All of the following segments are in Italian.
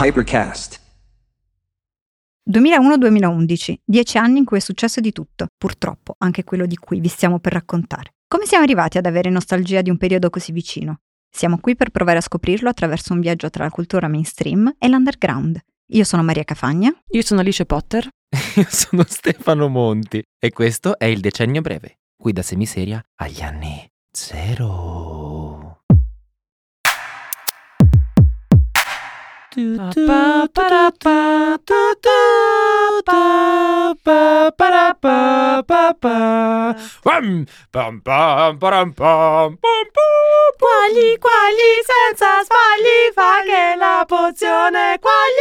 Hypercast. 2001-2011, 10 anni in cui è successo di tutto, purtroppo anche quello di cui vi stiamo per raccontare. Come siamo arrivati ad avere nostalgia di un periodo così vicino? Siamo qui per provare a scoprirlo attraverso un viaggio tra la cultura mainstream e l'underground. Io sono Maria Cafagna. Io sono Alice Potter. Io sono Stefano Monti e questo è il Decennio Breve, qui da semiseria agli anni zero. Quali senza sbagli fa che la pozione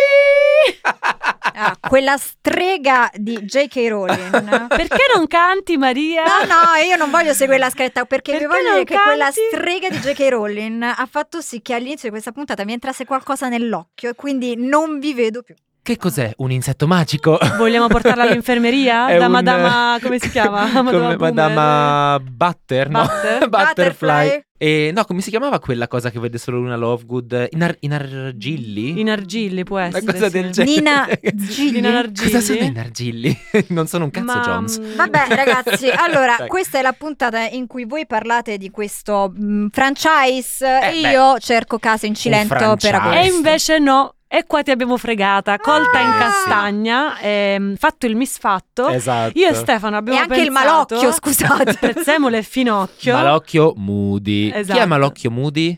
Ah, quella strega di J.K. Rowling. Perché non canti, Maria? No, io non voglio seguire la scaletta perché vi voglio dire che canti? quella strega di J.K. Rowling ha fatto sì che all'inizio di questa puntata mi entrasse qualcosa nell'occhio e quindi non vi vedo più. Che cos'è? Un insetto magico? Vogliamo portarla all'infermeria? È Da un- Madama, come si chiama? Come Madama Butter, no? Butter? Butterfly. E no, come si chiamava quella cosa che vede solo Luna Lovegood? In argilli? In argilli può essere. Una cosa sì. del genere. Nina Gilli. Nina Nargilli. Cosa sono i nargilli? Non sono un cazzo, Ma- Jones. Vabbè ragazzi, allora Dai. questa è la puntata in cui voi parlate di questo franchise e beh, io cerco case in Cilento per franchise. agosto. E invece no. E qua ti abbiamo fregata, colta in sì. castagna, fatto il misfatto. Esatto. Io e Stefano E abbiamo anche il pensato, malocchio, scusate. Prezzemolo e finocchio. Malocchio Moody. Chi Esatto. è Malocchio Moody?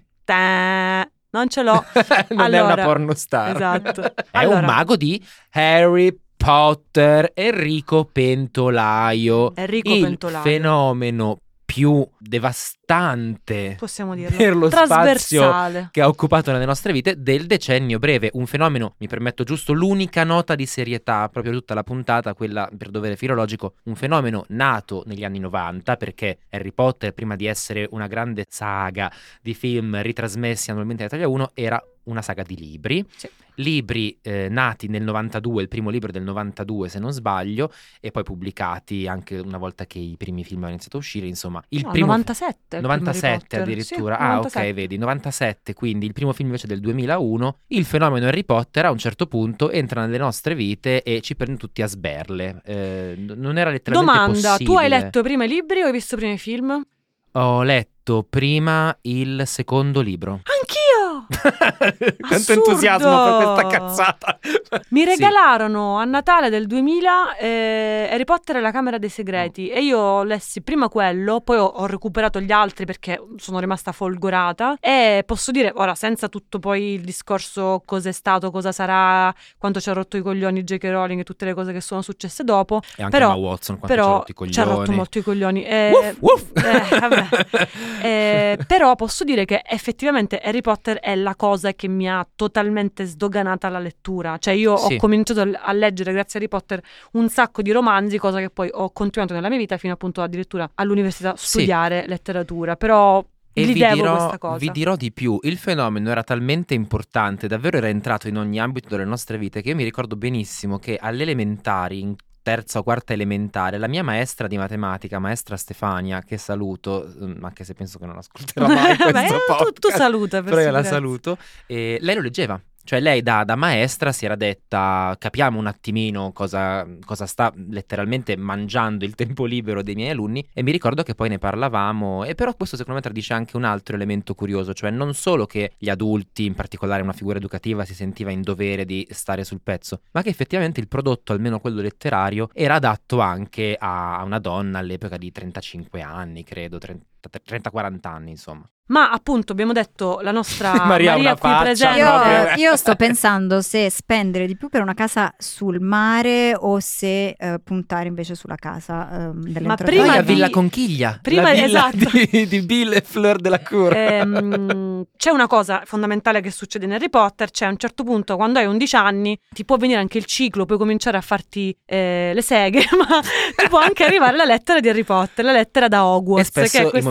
Non ce l'ho. Non è una Allora, pornostar. esatto. È Allora, un mago di Harry Potter, Enrico Pentolaio. Enrico il Pentolaio. fenomeno più devastante possiamo dirlo. per lo spazio Trasversale. che ha occupato nelle nostre vite del decennio breve. Un fenomeno, mi permetto giusto l'unica nota di serietà, proprio tutta la puntata, quella per dovere filologico, un fenomeno nato negli anni 90, perché Harry Potter, prima di essere una grande saga di film ritrasmessi annualmente in Italia 1, era una saga di libri. Sì. Libri nati nel 92, il primo libro del 92 se non sbaglio, e poi pubblicati anche una volta che i primi film avevano iniziato a uscire, insomma. Il No, primo 97. il primo Harry 97 Potter. addirittura. Sì, Ah, 97. ok, vedi, 97, quindi il primo film invece del 2001. Il fenomeno Harry Potter a un certo punto entra nelle nostre vite e ci prende tutti a sberle. Non era letteralmente Domanda, possibile. tu hai letto prima i libri o hai visto prima i film? Ho letto prima il secondo libro. Anch'io! Quanto Assurdo! entusiasmo per questa cazzata. Mi Sì. regalarono a Natale del 2000 Harry Potter e la Camera dei Segreti e io lessi prima quello, poi ho recuperato gli altri perché sono rimasta folgorata e posso dire, ora senza tutto poi il discorso cosa è stato, cosa sarà, quanto ci ha rotto i coglioni J.K. Rowling e tutte le cose che sono successe dopo, E anche però, Emma Watson quanto ci ha però rotto i coglioni. ci ha rotto molto i coglioni. Uff, uff. Vabbè. Però posso dire che effettivamente Harry Potter è la cosa che mi ha totalmente sdoganata la lettura. Cioè io Sì. ho cominciato a leggere grazie a Harry Potter un sacco di romanzi, cosa che poi ho continuato nella mia vita fino appunto addirittura all'università a studiare letteratura. Però E gli vi devo dirò, questa cosa. vi dirò di più, il fenomeno era talmente importante, davvero era entrato in ogni ambito delle nostre vite, che io mi ricordo benissimo che alle elementari, in terza o quarta elementare, la mia maestra di matematica, maestra Stefania, che saluto, anche se penso che non ascolterà mai questo Beh, podcast, tu saluta per però io la sicurezza. saluto, e lei lo leggeva. Cioè lei da maestra si era detta capiamo un attimino cosa sta letteralmente mangiando il tempo libero dei miei alunni, e mi ricordo che poi ne parlavamo. E però questo secondo me tradisce anche un altro elemento curioso, cioè non solo che gli adulti, in particolare una figura educativa, si sentiva in dovere di stare sul pezzo, ma che effettivamente il prodotto, almeno quello letterario, era adatto anche a una donna all'epoca di 35 anni, credo, 30-40 anni, insomma. Ma appunto abbiamo detto la nostra Maria ha una qui faccia, presente. no? Io sto pensando se spendere di più per una casa sul mare o se puntare invece sulla casa dell'entroterra. prima Poi a di- Villa Conchiglia, prima- la villa esatto. di Bill e Fleur Delacour. C'è una cosa fondamentale che succede in Harry Potter, cioè a un certo punto quando hai 11 anni ti può venire anche il ciclo, puoi cominciare a farti le seghe, ma ti può anche arrivare la lettera di Harry Potter, la lettera da E Hogwarts, che spesso è i momenti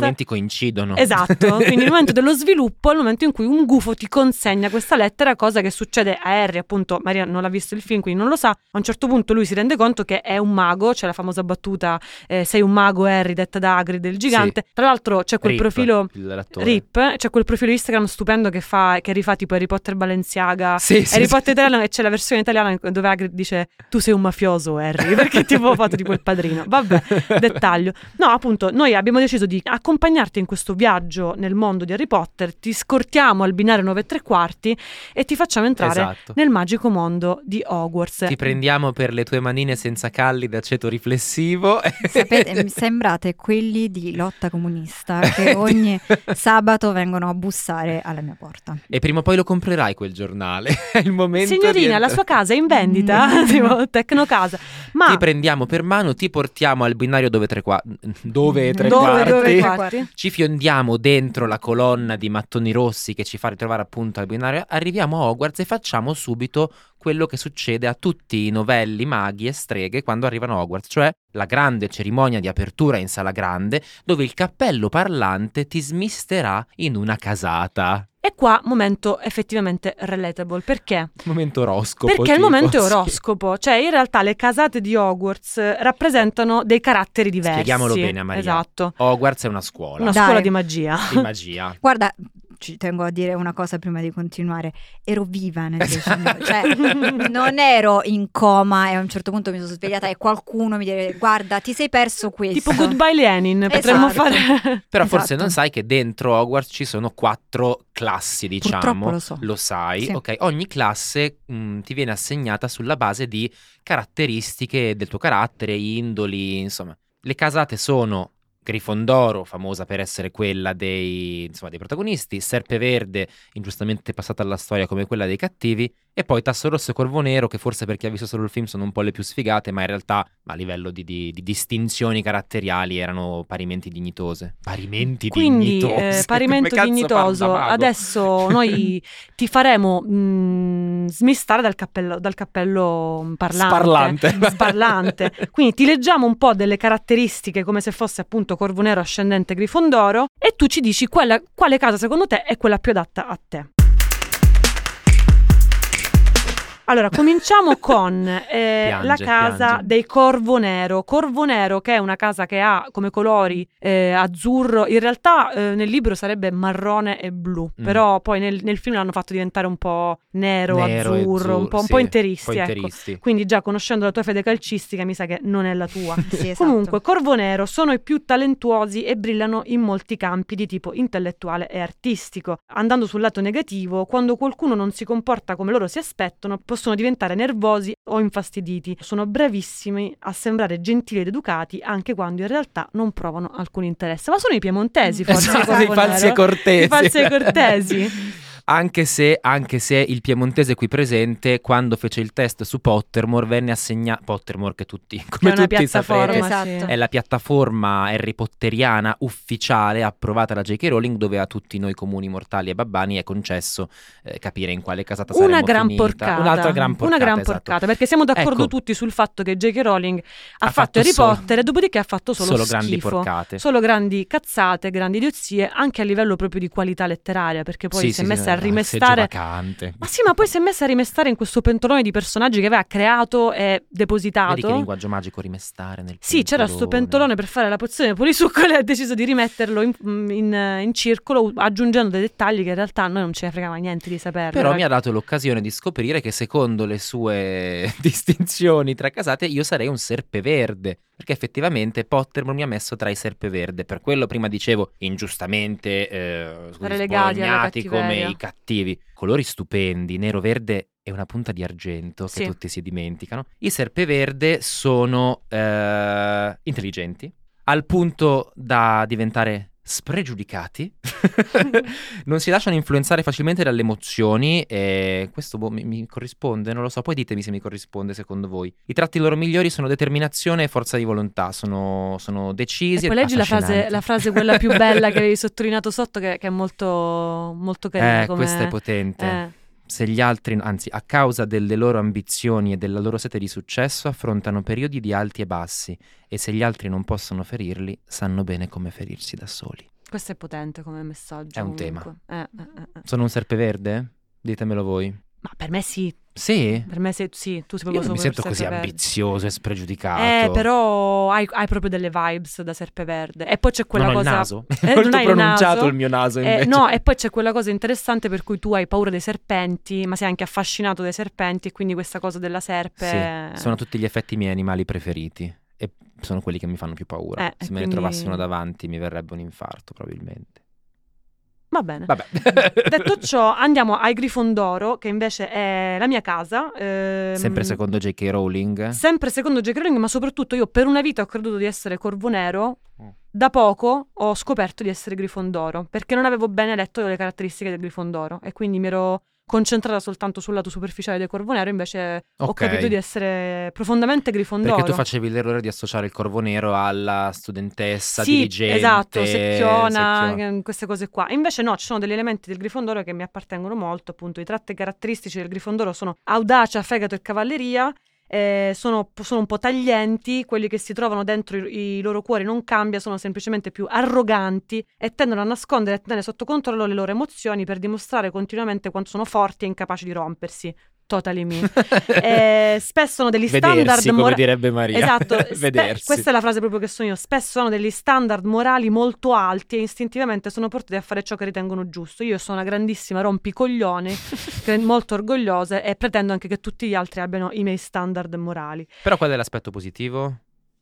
momenti coincidono. Esatto, quindi il momento dello sviluppo è il momento in cui un gufo ti consegna questa lettera, cosa che succede a Harry, appunto. Maria non l'ha visto il film, quindi non lo sa. A un certo punto lui si rende conto che è un mago, c'è la famosa battuta sei un mago Harry, detta da Hagrid il gigante. Sì. Tra l'altro c'è quel profilo Rip, c'è quel profilo Instagram stupendo che rifà tipo Harry Potter Balenciaga, Harry Potter italiano, e c'è la versione italiana dove Hagrid dice tu sei un mafioso Harry, perché tipo fatto tipo il padrino. Vabbè, dettaglio. No, appunto, noi abbiamo deciso di accompagnarti in questo viaggio nel mondo di Harry Potter, ti scortiamo al binario 9 3/4 e ti facciamo entrare nel magico mondo di Hogwarts. Ti prendiamo per le tue manine senza calli d'aceto riflessivo. Sapete, mi sembrate quelli di Lotta Comunista che ogni sabato vengono a bussare alla mia porta. E prima o poi lo comprerai quel giornale. È il momento. Signorina, la sua casa è in vendita, tipo Tecnocasa. Ma ti prendiamo per mano, ti portiamo al binario dove tre quarti. Ci fiondiamo dentro la colonna di mattoni rossi che ci fa ritrovare appunto al binario. Arriviamo a Hogwarts e facciamo subito quello che succede a tutti i novelli, maghi e streghe quando arrivano a Hogwarts, cioè la grande cerimonia di apertura in sala grande, dove il cappello parlante ti smisterà in una casata. E qua momento effettivamente relatable, perché? Momento oroscopo. Perché il momento è oroscopo, cioè in realtà le casate di Hogwarts rappresentano dei caratteri diversi. Spieghiamolo bene a Maria. Esatto. Hogwarts è una scuola. Una scuola di magia. Di magia. Guarda, ci tengo a dire una cosa prima di continuare. Ero viva nel 2009, cioè non ero in coma e a un certo punto mi sono svegliata e qualcuno mi dice guarda ti sei perso questo. Tipo Goodbye Lenin, potremmo fare. Però forse non sai che dentro Hogwarts ci sono 4 classi, diciamo. Purtroppo lo so. Lo sai, sì. Ok. Ogni classe ti viene assegnata sulla base di caratteristiche del tuo carattere, indoli, insomma. Le casate sono Grifondoro, famosa per essere quella dei protagonisti, Serpeverde, ingiustamente passata alla storia come quella dei cattivi, e poi Tasso Rosso e Corvo Nero, che forse per chi ha visto solo il film sono un po' le più sfigate, ma in realtà a livello di distinzioni caratteriali erano parimenti dignitose. Quindi, parimento dignitoso. Adesso noi ti faremo smistare dal cappello parlante. Quindi ti leggiamo un po' delle caratteristiche come se fosse appunto Corvo Nero ascendente Grifondoro e tu ci dici quale casa secondo te è quella più adatta a te. Allora, cominciamo con la casa dei Corvo Nero. Corvo Nero, che è una casa che ha come colori azzurro, in realtà nel libro sarebbe marrone e blu, però poi nel film l'hanno fatto diventare un po' nero azzurro, un po' interisti, ecco. Quindi già conoscendo la tua fede calcistica mi sa che non è la tua. Sì, esatto. Comunque, Corvo Nero sono i più talentuosi e brillano in molti campi di tipo intellettuale e artistico. Andando sul lato negativo, quando qualcuno non si comporta come loro si aspettano, possono diventare nervosi o infastiditi. Sono bravissimi a sembrare gentili ed educati anche quando in realtà non provano alcun interesse. Ma sono i piemontesi forse. Esatto, i falsi e cortesi. I falsi e cortesi. Anche se il piemontese qui presente, quando fece il test su Pottermore, venne assegnato Pottermore, che tutti sapete, esatto. è la piattaforma Harry Potteriana ufficiale approvata da J.K. Rowling, dove a tutti noi comuni mortali e babbani è concesso capire in quale casata saremo un'altra gran esatto. porcata, perché siamo d'accordo tutti sul fatto che J.K. Rowling ha fatto Harry Potter e dopodiché ha fatto solo grandi schifo, porcate, solo grandi cazzate, grandi idiozie, anche a livello proprio di qualità letteraria, perché poi si è messa a rimestare. Ma sì, ma poi si è messa a rimestare in questo pentolone di personaggi che aveva creato e depositato. Vedi che linguaggio magico, rimestare nel Sì, c'era sto pentolone per fare la pozione polisuccolo e ha deciso di rimetterlo in circolo, aggiungendo dei dettagli che in realtà a noi non ce ne fregava niente di saperlo. Però mi ha dato l'occasione di scoprire che secondo le sue distinzioni tra casate io sarei un Serpeverde, perché effettivamente Pottermore mi ha messo tra i Serpeverde. Per quello prima dicevo ingiustamente relegati come i cattivi. Colori stupendi, nero-verde e una punta di argento che tutti si dimenticano. I Serpeverde sono intelligenti al punto da diventare spregiudicati, non si lasciano influenzare facilmente dalle emozioni, e questo mi corrisponde, non lo so, poi ditemi se mi corrisponde secondo voi. I tratti loro migliori sono determinazione e forza di volontà, sono decisi. E poi leggi la frase quella più bella che avevi sottolineato sotto, che è molto, molto carina. Questa è potente. Se gli altri, anzi, a causa delle loro ambizioni e della loro sete di successo, affrontano periodi di alti e bassi, e se gli altri non possono ferirli, sanno bene come ferirsi da soli. Questo è potente come messaggio. È un comunque. tema. Sono un serpeverde? Ditemelo voi. Ma per me sì. Sì? Per me sì, tu sei proprio Io non mi sento così serpeverde. ambizioso e spregiudicato. Però hai proprio delle vibes da serpeverde. E poi c'è quella non ho cosa... il naso. non Molto hai pronunciato naso. il mio naso invece. No, e poi c'è quella cosa interessante per cui tu hai paura dei serpenti, ma sei anche affascinato dai serpenti, e quindi questa cosa della serpe... Sì, sono tutti gli effetti miei animali preferiti. E sono quelli che mi fanno più paura. Se me quindi... ne trovassi uno davanti mi verrebbe un infarto probabilmente. Va bene. Vabbè. Detto ciò, andiamo ai Grifondoro, che invece è la mia casa. Sempre secondo J.K. Rowling? Sempre secondo J.K. Rowling, ma soprattutto io per una vita ho creduto di essere Corvo Nero. Da poco ho scoperto di essere Grifondoro, perché non avevo bene letto le caratteristiche del Grifondoro e quindi mi ero concentrata soltanto sul lato superficiale del Corvo Nero, invece ho capito di essere profondamente Grifondoro. Perché tu facevi l'errore di associare il Corvo Nero alla studentessa, sì, diligente, esatto, secchiona, queste cose qua. Invece no, ci sono degli elementi del Grifondoro che mi appartengono molto, appunto i tratti caratteristici del Grifondoro sono audacia, fegato e cavalleria. Sono un po' taglienti, quelli che si trovano dentro i loro cuori non cambia, sono semplicemente più arroganti e tendono a nascondere e tenere sotto controllo le loro emozioni per dimostrare continuamente quanto sono forti e incapaci di rompersi. Totally me. Spesso hanno degli standard come direbbe Maria. Esatto, Vedersi. questa è la frase proprio che sono io. Spesso hanno degli standard morali molto alti e istintivamente sono portati a fare ciò che ritengono giusto. Io sono una grandissima rompicoglioni, molto orgogliosa, e pretendo anche che tutti gli altri abbiano i miei standard morali. Però qual è l'aspetto positivo?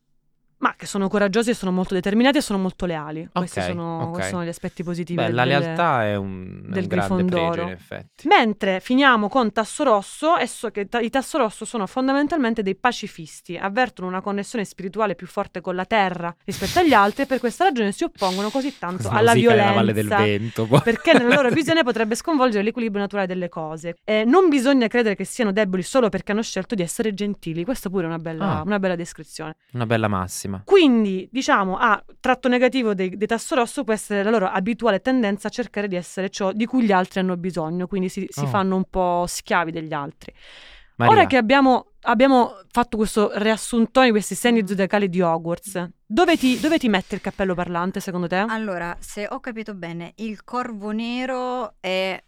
Ma che sono coraggiosi e sono molto determinati e sono molto leali. Questi sono gli aspetti positivi. La lealtà è un grande pregio, in effetti. Mentre finiamo con Tasso Rosso, e so che i Tasso Rosso sono fondamentalmente dei pacifisti, avvertono una connessione spirituale più forte con la terra rispetto agli altri e per questa ragione si oppongono così tanto alla violenza. La Valle del Vento. Perché nella loro visione potrebbe sconvolgere l'equilibrio naturale delle cose. Non bisogna credere che siano deboli solo perché hanno scelto di essere gentili. Questa pure è una bella descrizione. Una bella massima. Quindi, diciamo, tratto negativo dei Tasso Rosso può essere la loro abituale tendenza a cercare di essere ciò di cui gli altri hanno bisogno, quindi si fanno un po' schiavi degli altri. Maria. Ora che abbiamo fatto questo riassuntone di questi segni zodiacali di Hogwarts, dove ti metti il cappello parlante secondo te? Allora, se ho capito bene, il Corvo Nero è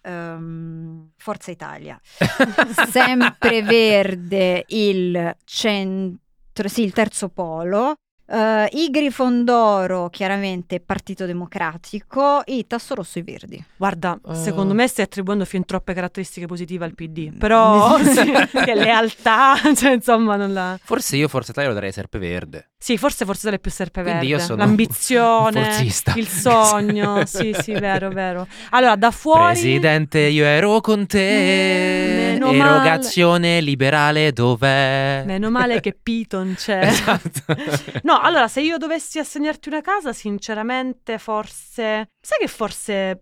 Forza Italia, Sempreverde il terzo polo, i Grifondoro chiaramente Partito Democratico, i Tasso Rosso i Verdi. Guarda, secondo me stai attribuendo fin troppe caratteristiche positive al PD, però che lealtà, cioè insomma non la... Forse io Forza Italia lo darei Serpeverde. Sì, forse Italia è più Serpeverde. Quindi io sono l'ambizione, forzista. Il sogno, sì, vero. Allora, da fuori... Presidente, io ero con te, erogazione liberale dov'è? Meno male che Piton c'è. Esatto. No, allora, se io dovessi assegnarti una casa, sinceramente forse... Sai che forse...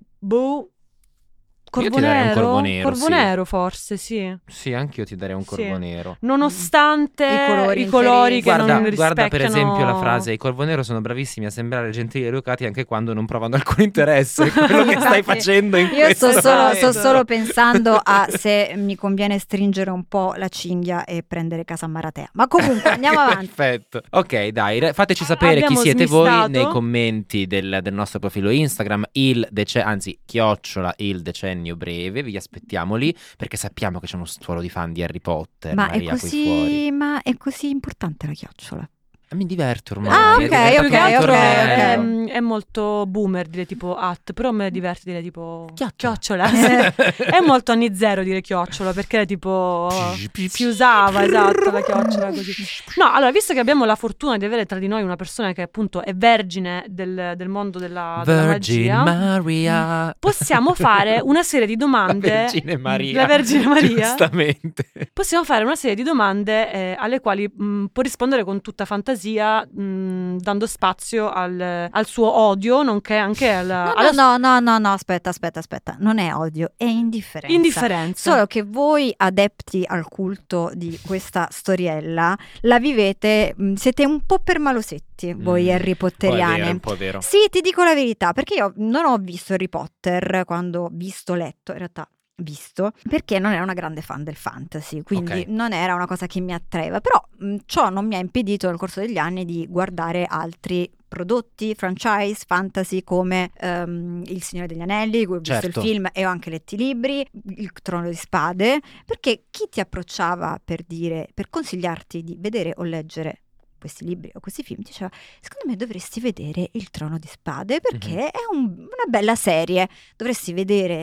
Corvo Nero? Un Corvo Nero, Corvo Nero forse, sì. Sì, anche io ti darei un Corvo Nero. Nonostante i colori che non rispecchiano... Guarda per esempio la frase: i Corvo Nero sono bravissimi a sembrare gentili e educati anche quando non provano alcun interesse. Quello che stai facendo in questo momento. Io sto solo pensando a se mi conviene stringere un po' la cinghia e prendere casa a Maratea. Ma comunque andiamo avanti. Perfetto. Ok, dai, fateci sapere chi siete voi nei commenti del nostro profilo Instagram, @il decennio breve, vi aspettiamo lì perché sappiamo che c'è uno stuolo di fan di Harry Potter. Ma Maria, è così importante la chiocciola? Mi diverte ormai. Ok. È molto boomer dire tipo però a me diverte dire tipo chiocciola. È molto anni zero dire chiocciola perché tipo si usava, esatto, la chiocciola così. No, allora, visto che abbiamo la fortuna di avere tra di noi una persona che appunto è vergine del mondo della magia, Maria, possiamo fare una serie di domande. La Vergine Maria. Giustamente. Possiamo fare una serie di domande alle quali può rispondere con tutta fantasia, dando spazio al suo odio, nonché anche alla... No, aspetta, non è odio, è indifferenza. Solo che voi adepti al culto di questa storiella la vivete, siete un po' permalosetti voi Harry Potteriane. È un po' vero. Sì, ti dico la verità, perché io non ho visto Harry Potter quando letto, in realtà perché non era una grande fan del fantasy, quindi non era una cosa che mi attraeva, però ciò non mi ha impedito nel corso degli anni di guardare altri prodotti franchise fantasy come Il Signore degli Anelli, cui ho visto il film e ho anche letto i libri, Il Trono di Spade, perché chi ti approcciava per consigliarti di vedere o leggere questi libri o questi film diceva: secondo me dovresti vedere Il Trono di Spade perché è una bella serie, dovresti vedere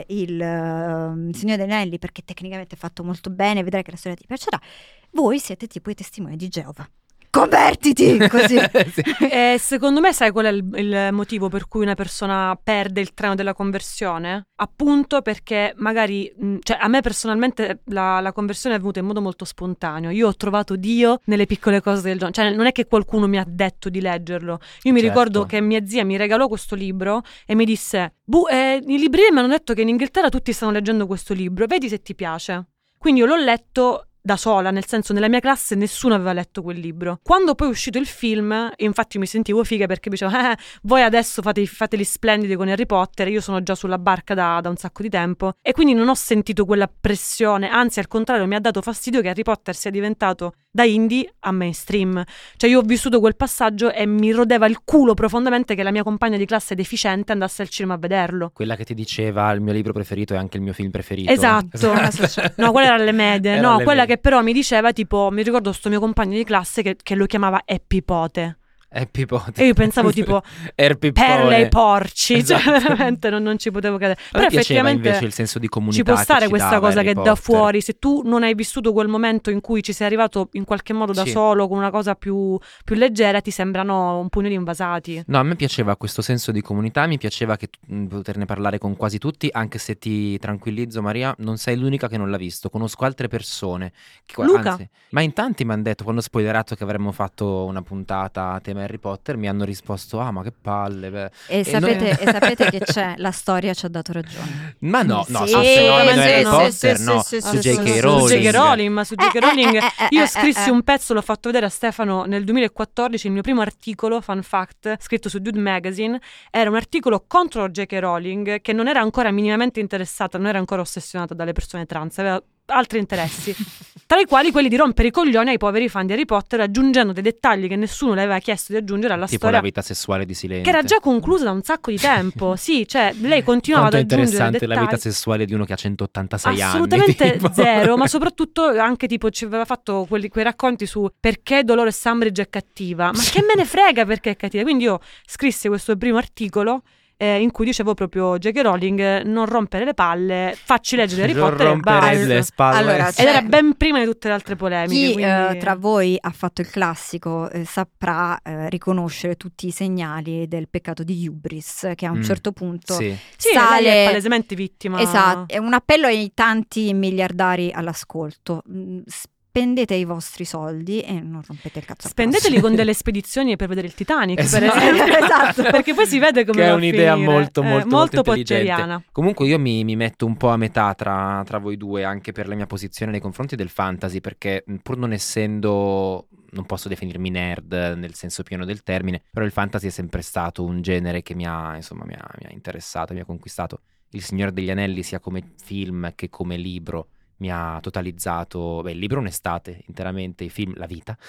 il Signore degli Anelli perché tecnicamente è fatto molto bene, vedrai che la storia ti piacerà. Voi siete tipo i testimoni di Geova. Convertiti! Così. Sì. Secondo me sai qual è il motivo per cui una persona perde il treno della conversione? Appunto perché magari, cioè a me personalmente la conversione è avvenuta in modo molto spontaneo. Io ho trovato Dio nelle piccole cose del giorno, cioè non è che qualcuno mi ha detto di leggerlo. Io mi ricordo che mia zia mi regalò questo libro e mi disse: i librai mi hanno detto che in Inghilterra tutti stanno leggendo questo libro, vedi se ti piace. Quindi io l'ho letto da sola, nel senso nella mia classe nessuno aveva letto quel libro. Quando poi è uscito il film, infatti mi sentivo figa perché dicevo voi adesso fate gli splendidi con Harry Potter, io sono già sulla barca da un sacco di tempo e quindi non ho sentito quella pressione, anzi al contrario mi ha dato fastidio che Harry Potter sia diventato da indie a mainstream. Cioè io ho vissuto quel passaggio e mi rodeva il culo profondamente che la mia compagna di classe deficiente andasse al cinema a vederlo. Quella che ti diceva il mio libro preferito è anche il mio film preferito. Esatto. No, quella era alle medie. No, quella che però mi diceva tipo, mi ricordo sto mio compagno di classe che lo chiamava Eppipote. Eppipote. E io pensavo tipo perle ai porci, esatto. Cioè veramente non ci potevo credere. Però effettivamente invece il senso di comunità ci può stare che questa cosa Harry che Potter. da fuori, se tu non hai vissuto quel momento in cui ci sei arrivato in qualche modo da solo con una cosa più leggera, ti sembrano un pugno di invasati. No, a me piaceva questo senso di comunità, mi piaceva poterne parlare con quasi tutti, anche se ti tranquillizzo Maria, non sei l'unica che non l'ha visto, conosco altre persone Luca. Anzi, ma in tanti mi hanno detto, quando ho spoilerato che avremmo fatto una puntata a tema Harry Potter, mi hanno risposto ma che palle. E sapete che c'è, la storia ci ha dato ragione. Ma no, Sì, fenomeno Harry sì, Potter, sì, no, sì, su sì, J.K. sì, Rowling. Su J.K. Rowling, ma su J.K. Rowling io scrissi un pezzo, l'ho fatto vedere a Stefano nel 2014, il mio primo articolo, fun fact, scritto su Dude Magazine, era un articolo contro J.K. Rowling, che non era ancora minimamente interessata, non era ancora ossessionata dalle persone trans, aveva altri interessi, tra i quali quelli di rompere i coglioni ai poveri fan di Harry Potter, aggiungendo dei dettagli che nessuno le aveva chiesto di aggiungere alla tipo storia, la vita sessuale di Silente, che era già conclusa da un sacco di tempo. Sì, cioè lei continuava ad aggiungere interessante dettagli. la vita sessuale di uno che ha 186 assolutamente anni tipo. Zero, ma soprattutto anche tipo ci aveva fatto quei racconti su perché Dolores Umbridge è cattiva, ma che me ne frega perché è cattiva. Quindi io scrissi questo primo articolo in cui dicevo proprio J.K. Rowling, non rompere le palle, facci leggere Harry Potter e basta. Le spalle. Allora, ed era ben prima di tutte le altre polemiche. Chi quindi... tra voi ha fatto il classico saprà riconoscere tutti i segnali del peccato di hubris, che a un certo punto Sì, sale, lei è palesemente vittima. Esatto, è un appello ai tanti miliardari all'ascolto. Spendete i vostri soldi e non rompete il cazzo. Spendeteli con delle spedizioni per vedere il Titanic, Esatto. per esempio. Esatto, perché poi si vede come che è va a un'idea finire. molto potteriana. potteriana. Comunque io mi metto un po' a metà tra voi due, anche per la mia posizione nei confronti del fantasy, perché pur non essendo, non posso definirmi nerd nel senso pieno del termine, però il fantasy è sempre stato un genere che mi ha interessato, mi ha conquistato. Il Signore degli Anelli, sia come film che come libro, mi ha totalizzato. Il libro un'estate interamente, i film la vita,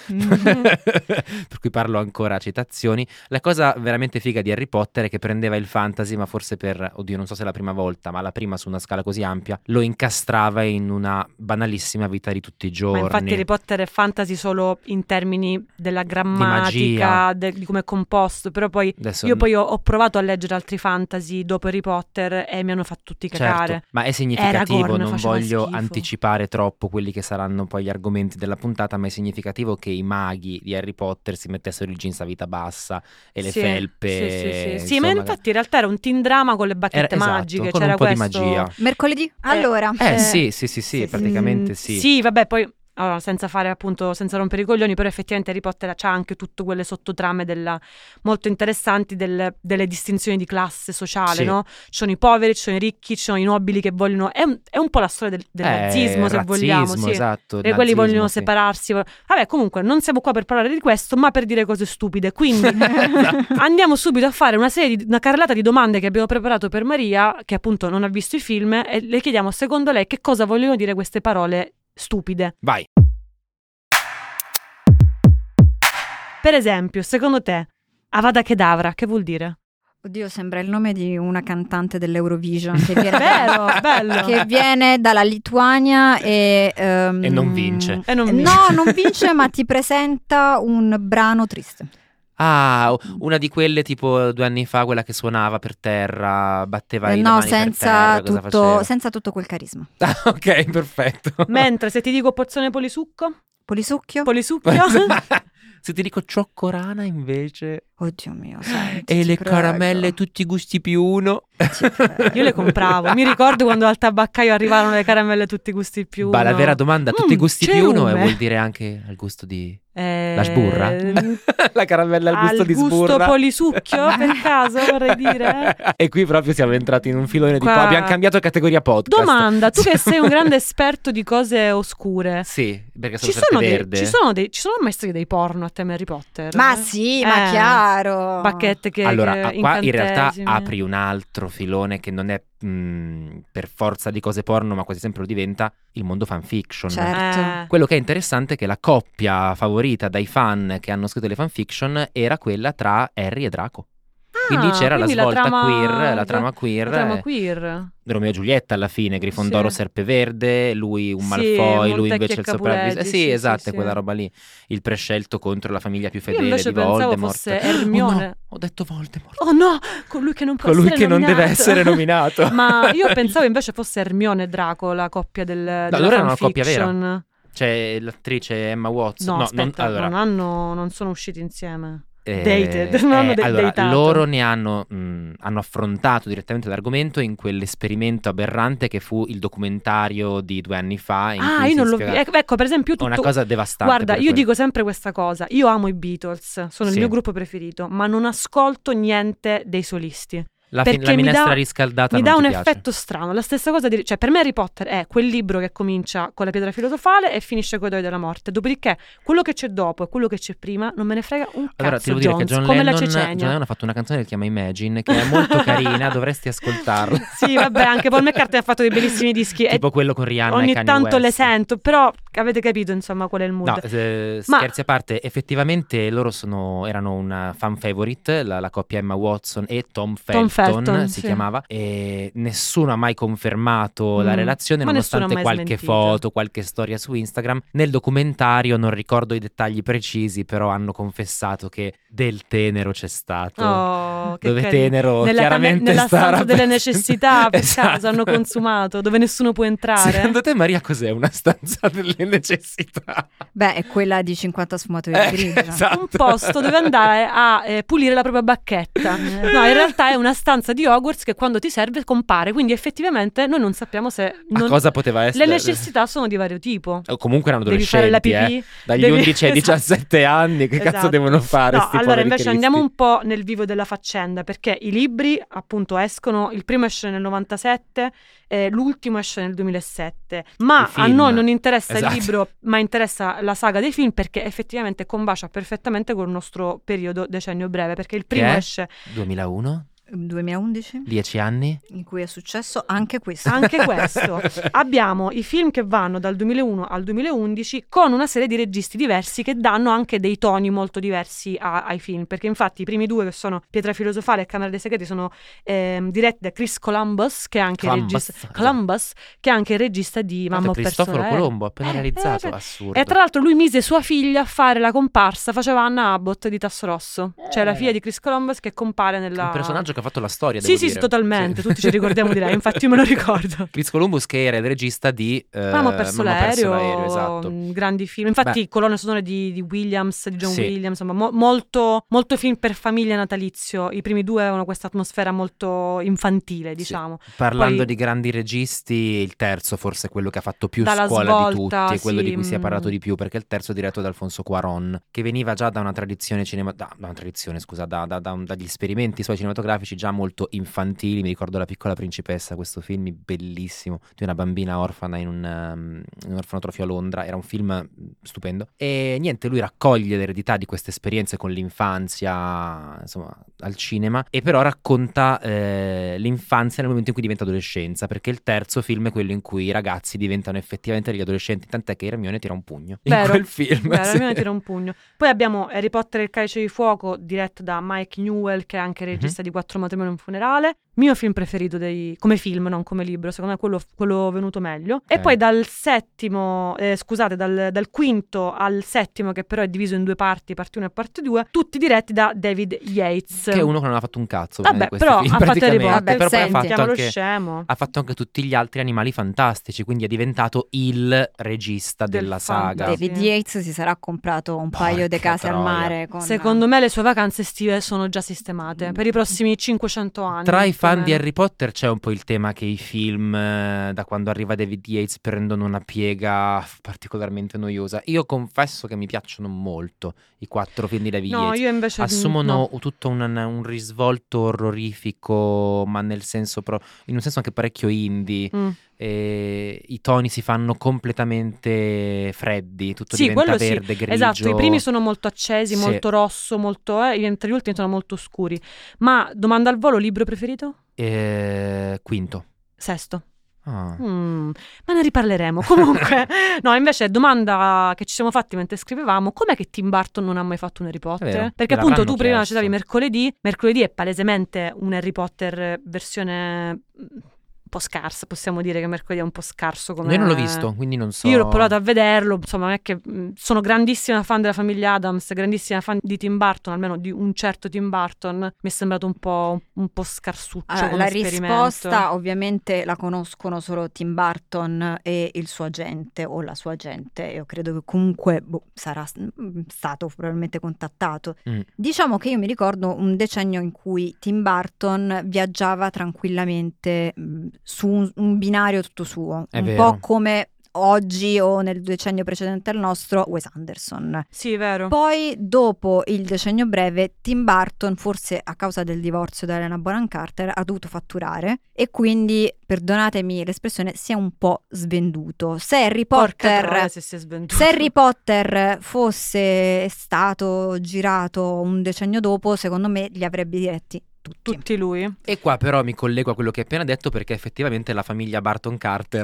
per cui parlo ancora a citazioni. La cosa veramente figa di Harry Potter è che prendeva il fantasy, ma forse non so se la prima volta, ma la prima su una scala così ampia, lo incastrava in una banalissima vita di tutti i giorni. Ma infatti Harry Potter è fantasy solo in termini della grammatica, di come è composto, però poi io poi ho provato a leggere altri fantasy dopo Harry Potter e mi hanno fatto tutti cacare. Certo, ma è significativo, Aragorn non voglio schifo. anticipare troppo quelli che saranno poi gli argomenti della puntata, ma è significativo che i maghi di Harry Potter si mettessero il jeans a vita bassa e le felpe. Sì, ma infatti in realtà era un teen drama con le bacchette magiche, con c'era un po' questo... di magia. Mercoledì? Allora. Sì, praticamente sì. Sì, vabbè, poi allora, senza rompere i coglioni, però effettivamente Harry Potter c'ha anche tutte quelle sottotrame molto interessanti delle distinzioni di classe sociale, no? Ci sono i poveri, ci sono i ricchi, ci sono i nobili che vogliono... È un po' la storia del nazismo, se vogliamo, sì. Esatto, e quelli vogliono separarsi. Vabbè, comunque, non siamo qua per parlare di questo, ma per dire cose stupide. Quindi andiamo subito a fare una carrellata di domande che abbiamo preparato per Maria, che appunto non ha visto i film, e le chiediamo, secondo lei, che cosa vogliono dire queste parole stupide. Vai. Per esempio, secondo te, Avada Kedavra, che vuol dire? Oddio, sembra il nome di una cantante dell'Eurovision che viene, Vero, bello. che viene dalla Lituania e non vince. E non vince. No, non vince, ma ti presenta un brano triste. Ah, una di quelle tipo 2 anni fa, quella che suonava per terra, batteva le No, mani per terra, cosa faceva? senza tutto quel carisma. Ah, ok, perfetto. Mentre se ti dico porzione polisucco? Polisucchio? Polisucchio? Se ti dico cioccorana invece... Oddio mio, senti, E ti le prego. caramelle tutti gusti più uno. Ti prego. Io le compravo. Mi ricordo quando al tabaccaio arrivarono le caramelle tutti i gusti più Ma la uno. vera domanda, tutti i gusti più uno, cerume. vuol dire anche al gusto di... La sburra? Mm, La caramella al gusto di gusto sburra. polisucchio, per caso, vorrei dire. E qui proprio siamo entrati in un filone di... Qua- Abbiamo cambiato categoria podcast. Domanda, tu che sei un grande esperto di cose oscure. Sì, perché sono Ci sono, verde. ci sono mai stati dei porno a tema Harry Potter? Ma sì, ma chiaro. Bacchette che Allora, che qua in realtà incantesimi. apri un altro filone che non è per forza di cose porno, ma quasi sempre lo diventa, il mondo fanfiction. Certo. Quello che è interessante è che la coppia favorita dai fan che hanno scritto le fanfiction era quella tra Harry e Draco. Quindi c'era la quindi svolta trama- queer, la trama queer. La trama queer. Romeo e Giulietta alla fine, Grifondoro Sì. Serpeverde, lui un Sì, Malfoy, lui Montecchi invece e il sopravvissuto. Capuletti, Sì, sì, esatto, sì, è quella sì. roba lì, il prescelto contro la famiglia più Io fedele invece di pensavo Voldemort. fosse Hermione. Oh no, ho detto Voldemort. Oh no, colui che non può Colui essere che non deve nominato. essere nominato. Ma io pensavo invece fosse Hermione e Draco la coppia della loro erano una coppia vera. fanfiction. C'è l'attrice Emma Watson. No, aspetta, allora, non sono usciti insieme. Dated, non hanno allora, datato. loro ne hanno affrontato direttamente l'argomento in quell'esperimento aberrante che fu il documentario di 2 anni fa. In cui Io si non l'ho spiega- visto. Ecco, per esempio, Una tutto... cosa devastante. Guarda, per io quello. dico sempre questa cosa. Io amo i Beatles, sono il Sì. mio gruppo preferito, ma non ascolto niente dei solisti. La perché mi minestra dà- riscaldata Mi non dà un ti piace? effetto strano. La stessa cosa cioè, per me Harry Potter è quel libro che comincia con la pietra filosofale e finisce con i doi della morte. Dopodiché, quello che c'è dopo e quello che c'è prima non me ne frega un Allora, cazzo. ti devo dire che Jones, John come la Lennon Cecenia. ha fatto una canzone che si chiama Imagine, che è molto carina, dovresti ascoltarla. Sì, vabbè, anche Paul McCartney ha fatto dei bellissimi dischi. E Tipo quello con Rihanna e ogni Kanye tanto le West. sento, però avete capito insomma qual è il mood. No, Ma- scherzi a parte, effettivamente loro erano una fan favorite, la coppia Emma Watson e Tom Felton si sì. chiamava, e nessuno ha mai confermato la Mm. relazione, Ma nessuno nonostante ha mai qualche smentito. foto, qualche storia su Instagram. Nel documentario non ricordo i dettagli precisi, però hanno confessato che del tenero c'è stato. Oh, che Dove carino. tenero chiaramente nella sta stanza delle rappresent- necessità per Esatto. caso hanno consumato, dove nessuno può entrare. Secondo te, Maria, cos'è una stanza delle necessità? Beh, è quella di 50 sfumature di grigio. esatto. Un posto dove andare a pulire la propria bacchetta. No, in realtà è una stanza di Hogwarts che quando ti serve compare, quindi effettivamente noi non sappiamo se A cosa poteva essere? le necessità sono di vario tipo. O comunque erano Devi fare la adolescenti, pipì, dagli devi- 11 ai esatto. 17 anni, che cazzo Esatto. devono fare No, sti allora poveri invece cristi? andiamo un po' nel vivo della faccenda, perché i libri appunto escono, il primo esce nel 97, l'ultimo esce nel 2007, ma I film. a noi non interessa Esatto. il libro, ma interessa la saga dei film, perché effettivamente combacia perfettamente con il nostro periodo decennio breve, perché il primo Che è? esce 2001? 2011, 10 anni? in cui è successo anche questo. anche questo. Abbiamo i film che vanno dal 2001 al 2011 con una serie di registi diversi che danno anche dei toni molto diversi ai film, perché infatti i primi due, che sono Pietra Filosofale e Camera dei Segreti, sono diretti da Chris Columbus, che è anche il regista Columbus, che è anche il regista di Mamma ho perso Cristoforo l'aereo. Colombo, appena realizzato, cioè. assurdo. E tra l'altro lui mise sua figlia a fare la comparsa, faceva Anna Abbott di Tasso Rosso, cioè la figlia di Chris Columbus che compare nella... Un personaggio che ha fatto la storia, Sì, devo sì, dire. totalmente, Sì. tutti ci ricordiamo di lei, infatti io me lo ricordo. Chris Columbus, che era il regista di Mamma ho perso l'aereo, esatto. grandi film. Infatti, Beh. colonne sonore di Williams, di John Sì. Williams, insomma, molto film per famiglia natalizio. I primi due avevano questa atmosfera molto infantile, diciamo. Parlando Poi- di grandi registi, il terzo forse è quello che ha fatto più Dalla scuola di svolta, tutti, è quello sì, di cui si è parlato di più, perché il terzo è diretto da Alfonso Cuarón, che veniva già da una tradizione dagli esperimenti suoi cinematografici tecnici già molto infantili. Mi ricordo La piccola principessa, questo film bellissimo di una bambina orfana in un orfanotrofio a Londra. Era un film stupendo. E niente, lui raccoglie l'eredità di queste esperienze con l'infanzia, insomma, al cinema, e però racconta l'infanzia nel momento in cui diventa adolescenza, perché il terzo film è quello in cui i ragazzi diventano effettivamente degli adolescenti, tant'è che Hermione tira un pugno in quel film. Vero, Hermione tira un pugno. Poi abbiamo Harry Potter e il Calice di Fuoco, diretto da Mike Newell, che è anche regista di 4 matrimoni e un funerale. Mio film preferito come film, non come libro, secondo me quello venuto meglio. Okay. E poi dal quinto al settimo, che però è diviso in 2 parti, parte 1 e parte 2, tutti diretti da David Yates. Che è uno che non ha fatto un cazzo. Vabbè, però film, ha fatto Harry Potter. Però poi ha fatto anche tutti gli altri Animali Fantastici, quindi è diventato il regista della saga. David Yates si sarà comprato un paio di case al mare. Secondo me le sue vacanze estive sono già sistemate per i prossimi 500 anni. Tra i fan di Harry Potter c'è un po' il tema che i film, da quando arriva David Yates, prendono una piega particolarmente noiosa. Io confesso che mi piacciono molto i 4 film di David Yates. Io invece assumono tutto un risvolto orrorifico, ma in un senso anche parecchio indie. E i toni si fanno completamente freddi, tutto diventa verde, grigio. Esatto, i primi sono molto accesi, molto rosso, mentre gli ultimi sono molto scuri. Ma domanda al volo, libro preferito? Quinto. Sesto. Ma ne riparleremo. Comunque, no, invece domanda che ci siamo fatti mentre scrivevamo: com'è che Tim Burton non ha mai fatto un Harry Potter? Vero, perché appunto tu prima chiesto. citavi Mercoledì è palesemente un Harry Potter versione un po' scarsa, possiamo dire che Mercoledì è un po' scarso come... Io non l'ho visto, quindi non so. Io l'ho provato a vederlo, insomma, non è che sono grandissima fan della famiglia Addams, grandissima fan di Tim Burton, almeno di un certo Tim Burton. Mi è sembrato un po' scarsuccio come la esperimento. risposta ovviamente la conoscono solo Tim Burton e il suo agente o la sua agente. Io credo che comunque sarà stato probabilmente contattato. Diciamo che io mi ricordo un decennio in cui Tim Burton viaggiava tranquillamente su un binario tutto suo, po' come oggi o nel decennio precedente al nostro Wes Anderson. Sì, vero. Poi dopo il decennio breve Tim Burton, forse a causa del divorzio da Helena Bonham Carter, ha dovuto fatturare e quindi, perdonatemi l'espressione, si è un po' svenduto. Se Harry Potter fosse stato girato un decennio dopo, secondo me li avrebbe diretti tutti lui. E qua però mi collego a quello che hai appena detto, perché effettivamente la famiglia Barton Carter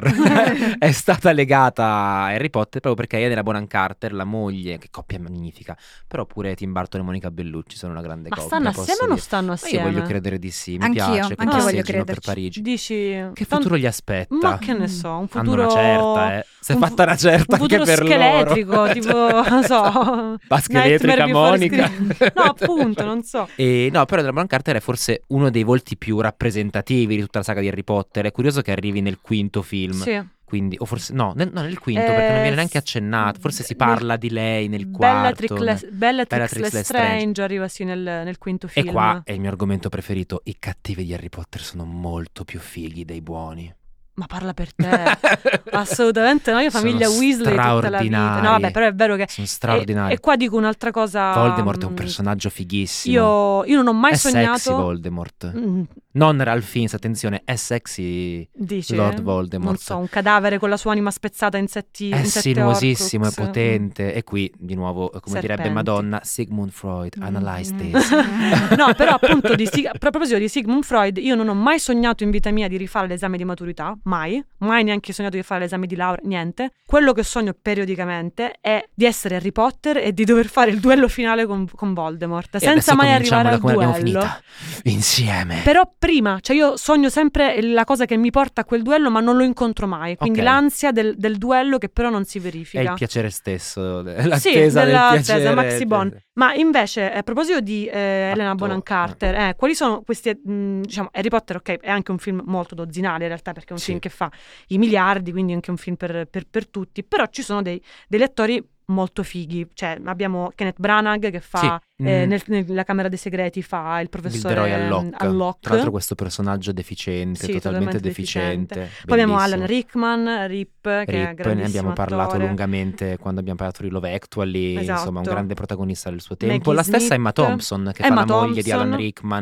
è stata legata a Harry Potter proprio perché Helena Bonham Carter, la moglie, che coppia magnifica, però pure Tim Burton e Monica Bellucci sono una grande coppia. Ma stanno assieme o non stanno assieme? Io voglio credere di sì, mi anch'io piace che voglio passeggino per crederci. Parigi. Dici che futuro gli aspetta? Ma che ne so, un futuro... Hanno una certa, si è fatta una certa anche per loro. Un futuro scheletrico, tipo, non so... La scheletrica Monica. No, appunto, non so. E no, però Helena Bonham Carter è forse uno dei volti più rappresentativi di tutta la saga di Harry Potter. È curioso che arrivi nel quinto film. Sì. Quindi, o forse no, nel quinto, perché non viene neanche accennato. Forse si parla di lei nel quarto. Bellatrix Lestrange arriva sì nel quinto film. E qua è il mio argomento preferito: i cattivi di Harry Potter sono molto più fighi dei buoni. Ma parla per te. Assolutamente no, io famiglia Weasley tutta la vita. No, vabbè, però è vero che sono straordinari. E qua dico un'altra cosa. Voldemort è un personaggio fighissimo. Io non ho mai sognato. È sexy Voldemort. Non Ralph Fiennes, attenzione, è sexy. Dice, Lord Voldemort. Non so, un cadavere con la sua anima spezzata in sette è sinuosissimo, è Horcrux. potente. E qui, di nuovo, come Serpenti. direbbe Madonna, Sigmund Freud, analyze this. No, però appunto a proposito di Sigmund Freud, io non ho mai sognato in vita mia di rifare l'esame di maturità, mai neanche sognato di fare l'esame di laurea, niente. Quello che sogno periodicamente è di essere Harry Potter e di dover fare il duello finale con Voldemort, E senza mai arrivare al come duello. l'abbiamo finita insieme. Però prima, cioè io sogno sempre la cosa che mi porta a quel duello, ma non lo incontro mai, quindi l'ansia del duello che però non si verifica. È il piacere stesso, l'attesa sì, del piacere. Attesa, Maxi Bond. Ma invece, a proposito di Helena Bonham Carter, quali sono questi, diciamo, Harry Potter, ok, è anche un film molto dozzinale in realtà, perché è un film che fa i miliardi, quindi anche un film per tutti, però ci sono degli attori molto fighi, cioè abbiamo Kenneth Branagh che fa nella Camera dei Segreti fa il professore Alloc. Tra l'altro questo personaggio deficiente, totalmente deficiente. Poi abbiamo Alan Rickman, Rip, che è grandissimo ne abbiamo parlato attore. lungamente quando abbiamo parlato di Love Actually, esatto. Insomma un grande protagonista del suo tempo. Maggie la stessa Smith, Emma Thompson che fa la moglie di Alan Rickman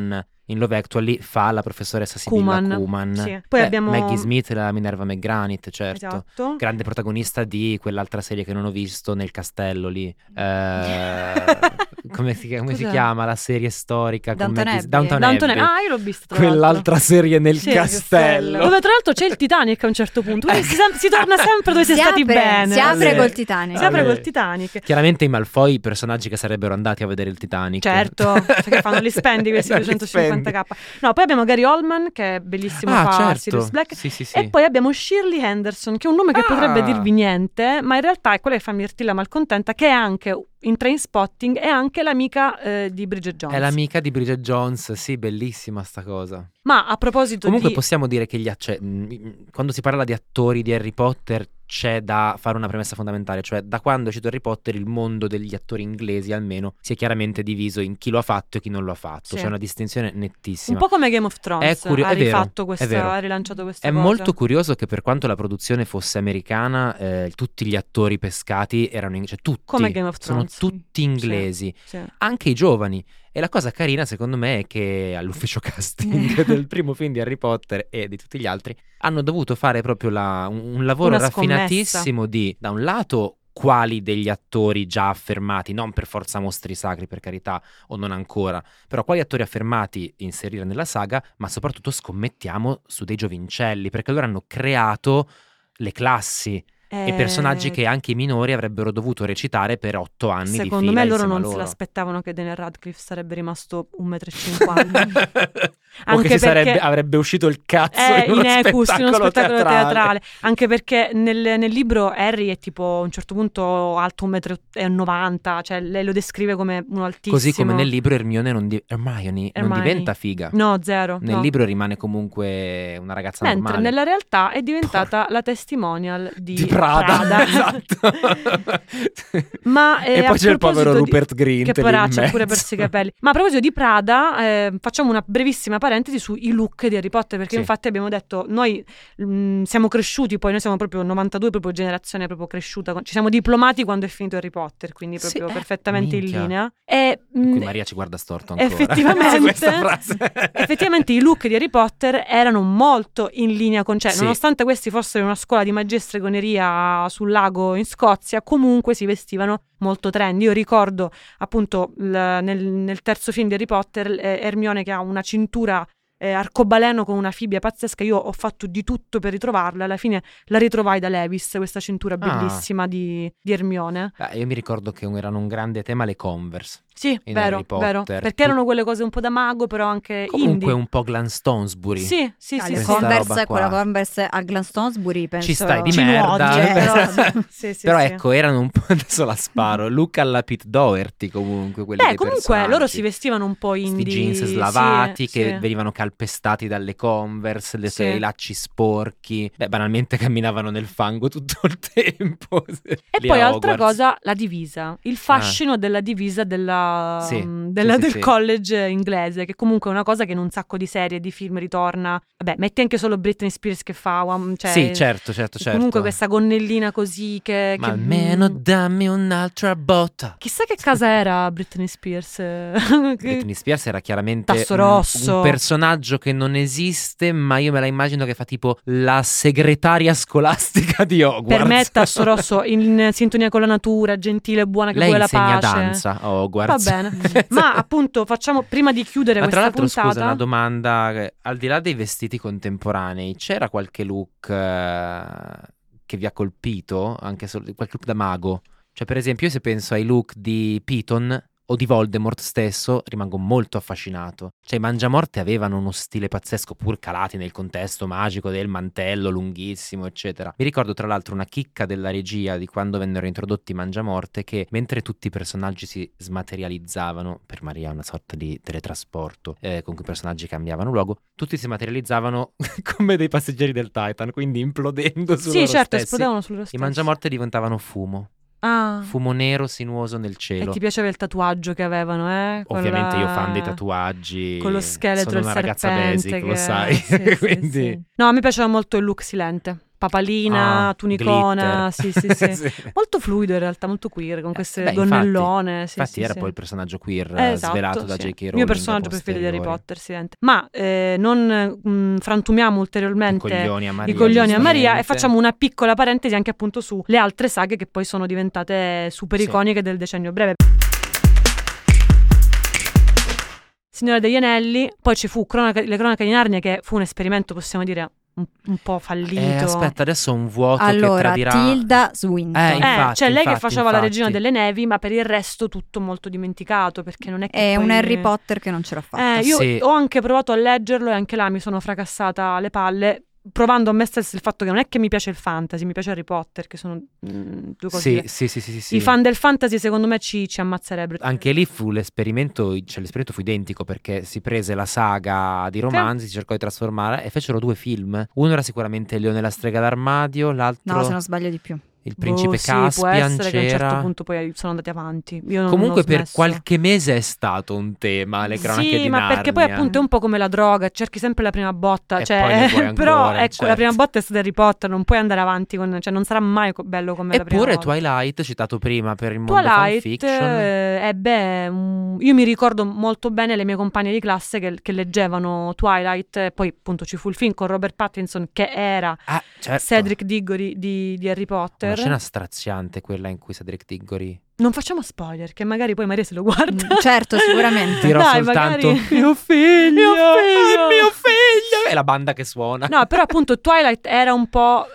in Love Actually fa la professoressa Sibilla Kuman. Sì. Poi abbiamo Maggie Smith, la Minerva McGranit, certo. Esatto. Grande protagonista di quell'altra serie che non ho visto, Nel castello lì. Come si chiama la serie storica? Downton Abbey. Downton Downton Abbey. Io l'ho vista tra l'altro. Quell'altra serie nel Sì, castello. Dove tra l'altro c'è il Titanic a un certo punto. Quindi si torna sempre dove si è stati bene. Si apre Vabbè. col Titanic. Si apre Vabbè. col Titanic. Chiaramente i Malfoy, i personaggi che sarebbero andati a vedere il Titanic. Certo, perché fanno gli spendi questi 250k. No, poi abbiamo Gary Oldman, che è bellissimo, fa certo. Sirius Black. Sì. E poi abbiamo Shirley Henderson, che è un nome che potrebbe dirvi niente, ma in realtà è quella che fa Mirtilla Malcontenta, che è anche in Trainspotting, è anche l'amica di Bridget Jones. È l'amica di Bridget Jones, sì, bellissima sta cosa. Ma a proposito Comunque di... possiamo dire che quando si parla di attori di Harry Potter c'è da fare una premessa fondamentale, cioè da quando è uscito Harry Potter il mondo degli attori inglesi almeno si è chiaramente diviso in chi lo ha fatto e chi non lo ha fatto, Sì. c'è una distinzione nettissima. Un po' come Game of Thrones, È rifatto vero, è vero. ha rilanciato questa È cosa. molto curioso che per quanto la produzione fosse americana, tutti gli attori pescati erano cioè tutti, Come Game of sono Thrones. tutti inglesi, Sì. anche i giovani. E la cosa carina secondo me è che all'ufficio casting del primo film di Harry Potter e di tutti gli altri hanno dovuto fare proprio un lavoro Una scommessa. raffinatissimo di, da un lato, quali degli attori già affermati, non per forza mostri sacri per carità, o non ancora, però quali attori affermati inserire nella saga, ma soprattutto scommettiamo su dei giovincelli, perché loro hanno creato le classi e personaggi che anche i minori avrebbero dovuto recitare per 8 anni di fila. Secondo me loro insieme a non se loro. l'aspettavano che Daniel Radcliffe sarebbe rimasto 1,50 m. O che avrebbe uscito il cazzo in uno spettacolo teatrale. Anche perché nel libro Harry è tipo a un certo punto alto 1,90 m, cioè lei lo descrive come uno altissimo. Così come nel libro Hermione non diventa figa. No, zero. Nel libro rimane comunque una ragazza Mentre normale. nella realtà è diventata la testimonial di Prada. Esatto. Ma e poi c'è il povero Rupert Grint che poraccia pure persi i capelli. Ma a proposito di Prada, facciamo una brevissima parentesi sui look di Harry Potter, perché Sì. infatti abbiamo detto noi siamo cresciuti, poi noi siamo proprio 92, proprio generazione proprio cresciuta, ci siamo diplomati quando è finito Harry Potter, quindi proprio perfettamente minchia. in linea. E Qui Maria ci guarda storto ancora. Effettivamente, su questa frase. effettivamente i look di Harry Potter erano molto in linea con, cioè, Sì. nonostante questi fossero in una scuola di magia e stregoneria sul lago in Scozia, comunque si vestivano molto trendy. Io ricordo appunto nel terzo film di Harry Potter Hermione che ha una cintura arcobaleno con una fibbia pazzesca. Io ho fatto di tutto per ritrovarla, alla fine la ritrovai da Levis, questa cintura bellissima di Hermione. Io mi ricordo che erano un grande tema le Converse. Sì, in vero, Harry Potter. vero, perché erano quelle cose un po' da mago, però anche comunque indie. un po' Glanstonsbury. Sì, Le sì. Questa roba Converse, qua. quella Converse al Glastonbury penso Ci stai di ci merda. nuoti, però- Sì, Però sì. ecco, erano un po', adesso la sparo, look alla Pete Doherty comunque, quelli dei Comunque personaggi. loro si vestivano un po' indie. Sti jeans slavati sì, che sì. venivano calpestati dalle Converse, Sì. i lacci sporchi. Banalmente camminavano nel fango tutto il tempo. E lì poi a altra Hogwarts. cosa, la divisa, il fascino della divisa Sì, del sì. college inglese, che comunque è una cosa che in un sacco di serie e di film ritorna. Vabbè, metti anche solo Britney Spears che fa, cioè, Sì, certo. comunque questa gonnellina così che... Ma almeno dammi un'altra botta. Chissà che casa era Britney Spears. Britney Spears era chiaramente Tasso rosso. un personaggio che non esiste, ma io me la immagino che fa tipo la segretaria scolastica di Hogwarts. Per me è Tasso Rosso in sintonia con la natura, gentile e buona che Lei vuole la insegna pace. danza a Hogwarts. Va bene. Ma appunto facciamo, prima di chiudere Ma tra questa l'altro, puntata, scusa, una domanda, al di là dei vestiti contemporanei, c'era qualche look che vi ha colpito, anche solo qualche look da mago? Cioè, per esempio, io se penso ai look di Piton o di Voldemort stesso, rimango molto affascinato. Cioè, i Mangiamorte avevano uno stile pazzesco, pur calati nel contesto magico del mantello lunghissimo, eccetera. Mi ricordo tra l'altro una chicca della regia di quando vennero introdotti i Mangiamorte, che mentre tutti i personaggi si smaterializzavano, per Maria una sorta di teletrasporto, con cui i personaggi cambiavano luogo, tutti si materializzavano come dei passeggeri del Titan, quindi implodendo su sì, loro certo, stessi. esplodevano sul loro I stesso. Mangiamorte diventavano fumo. Ah. Fumo nero sinuoso nel E cielo. ti piaceva il tatuaggio che avevano, Ovviamente io fan dei tatuaggi. con lo scheletro sono e il una ragazza serpente basic, lo sai. sì, Quindi sì. No, a me piaceva molto il look silente. papalina, tunicona, glitter. sì. Molto fluido in realtà, molto queer, con queste Beh, gonnellone. Infatti era poi il personaggio queer Esatto, svelato da sì. J.K. Rowling. Il mio personaggio preferito di Harry Potter, Presidente. Ma non frantumiamo ulteriormente i coglioni a Maria e facciamo una piccola parentesi anche appunto sulle altre saghe che poi sono diventate super iconiche del decennio breve. Signora degli Anelli, poi ci fu Le Cronache di Narnia, che fu un esperimento, possiamo dire, un po' fallito. Aspetta, adesso ho un vuoto che allora, tradirà... Tilda Swinton. Cioè lei che faceva la regina delle nevi, ma per il resto tutto molto dimenticato, perché non è che È poi... un Harry Potter che non ce l'ha fatta. Io Sì. ho anche provato a leggerlo e anche là mi sono fracassata le palle, provando a me stessa il fatto che non è che mi piace il fantasy, mi piace Harry Potter, che sono due cose. Sì. I fan del fantasy secondo me ci ammazzerebbero. Anche lì fu l'esperimento fu identico, perché si prese la saga di romanzi, si cercò di trasformare e fecero 2 film. Uno era sicuramente Il Leone e la strega d'armadio, l'altro... No, se non sbaglio di più. Il principe sì, Caspian può essere che a un certo c'era. punto poi sono andati avanti. Io non Comunque ho per smesso. qualche mese è stato un tema, le cronache di Sì, ma Narnia. perché poi appunto è un po' come la droga, cerchi sempre la prima botta, E cioè, poi ne vuoi però ancora, ecco, certo. la prima botta è stata Harry Potter, non puoi andare avanti con, cioè non sarà mai bello come la prima Eppure volta. Twilight, citato prima per il mondo Twilight, fanfiction. io mi ricordo molto bene le mie compagne di classe che leggevano Twilight, e poi appunto ci fu il film con Robert Pattinson che era Certo. Cedric Diggory di Harry Potter. Una scena straziante quella in cui Cedric Diggory... Non facciamo spoiler, che magari poi Maria se lo guarda. Certo, sicuramente. Dirò Dai, soltanto magari... mio figlio, Mio mio figlio! E la banda che suona. No, però appunto Twilight era un po'...